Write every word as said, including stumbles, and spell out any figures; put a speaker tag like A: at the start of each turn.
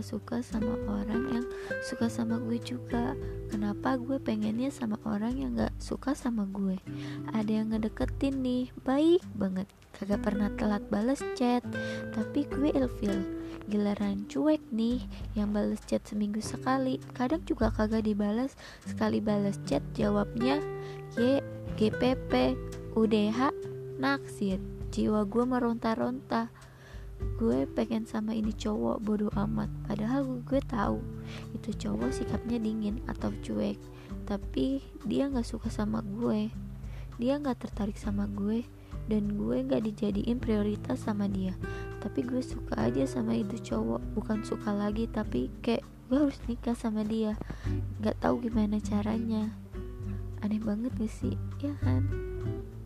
A: gak suka sama orang yang suka sama gue juga? Kenapa gue pengennya sama orang yang gak suka sama gue? Ada yang ngedeketin nih, baik banget, kagak pernah telat bales chat, tapi gue ilfil. Giliran cuek nih, yang bales chat seminggu sekali, kadang juga kagak dibalas. Sekali bales chat jawabnya Y, G P P, U D H, naksir. Jiwa gue meronta-ronta. Gue pengen sama ini cowok, bodo amat. Padahal gue tahu itu cowok sikapnya dingin atau cuek, tapi dia gak suka sama gue. Dia gak tertarik sama gue, dan gue gak dijadiin prioritas sama dia. Tapi gue suka aja sama itu cowok. Bukan suka lagi, tapi kayak gue harus nikah sama dia. Gak tahu gimana caranya. Aneh banget gak sih? Ya kan?